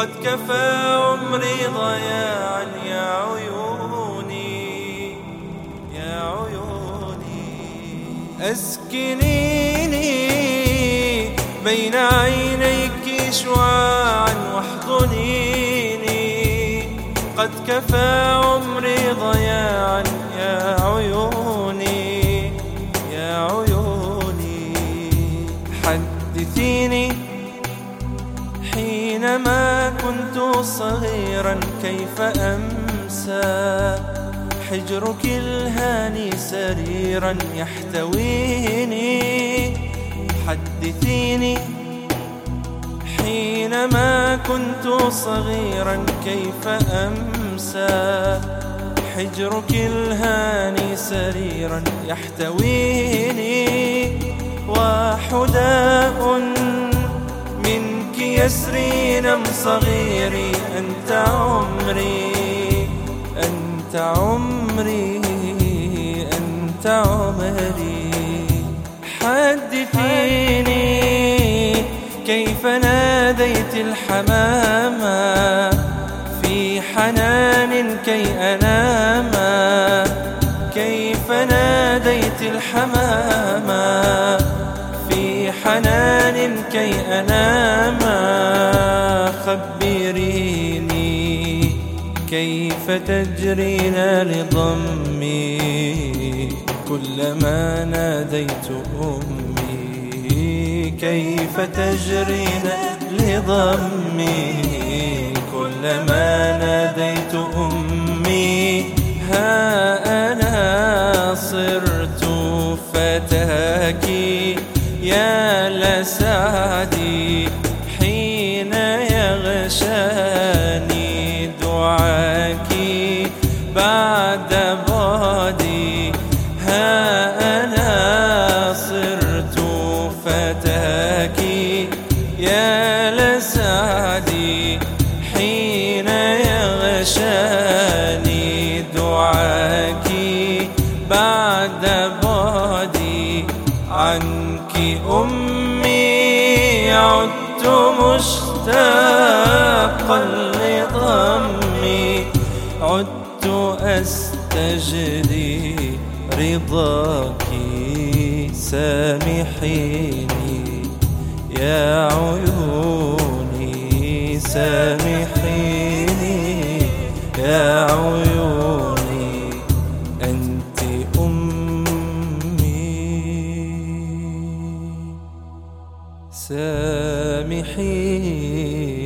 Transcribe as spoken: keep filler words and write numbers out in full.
قد كفى عمري ضياعا يا عيوني يا عيوني. أسكنيني بين عينيك شعاعا واحضنيني، قد كفى عمري ضياعا يا عيوني يا عيوني. حدثيني حينما كنت صغيرا كيف أمسى حجرك الهاني سريرا يحتويني. حدثيني حينما كنت صغيرا كيف أمسى حجرك الهاني سريرا يحتويني. وحداء منك يسري نم صغيري، أنت عمري أنت عمري أنت عمري. حدثيني كيف ناديت الحمامة في حنان كي أنام، كيف ناديت الحمامة في حنان كي أنام. خبريني كيف تجرين لضمي كلما ناديت أمي، كيف تجرين لضمي كلما ناديت أمي. ها أنا صرت فتاك يا لسعدي حين يغشاني دعاك بعد بعدي. ها أنا صرت فتاك يا لسعدي حين يغشاني دعاك بعد بعدي عنك. أمي عدت مشتاقا لضمي، عدت أستجدي رضاك. سامحيني يا عيوني سامحيني يا عيوني، أنت أمي. سامحيني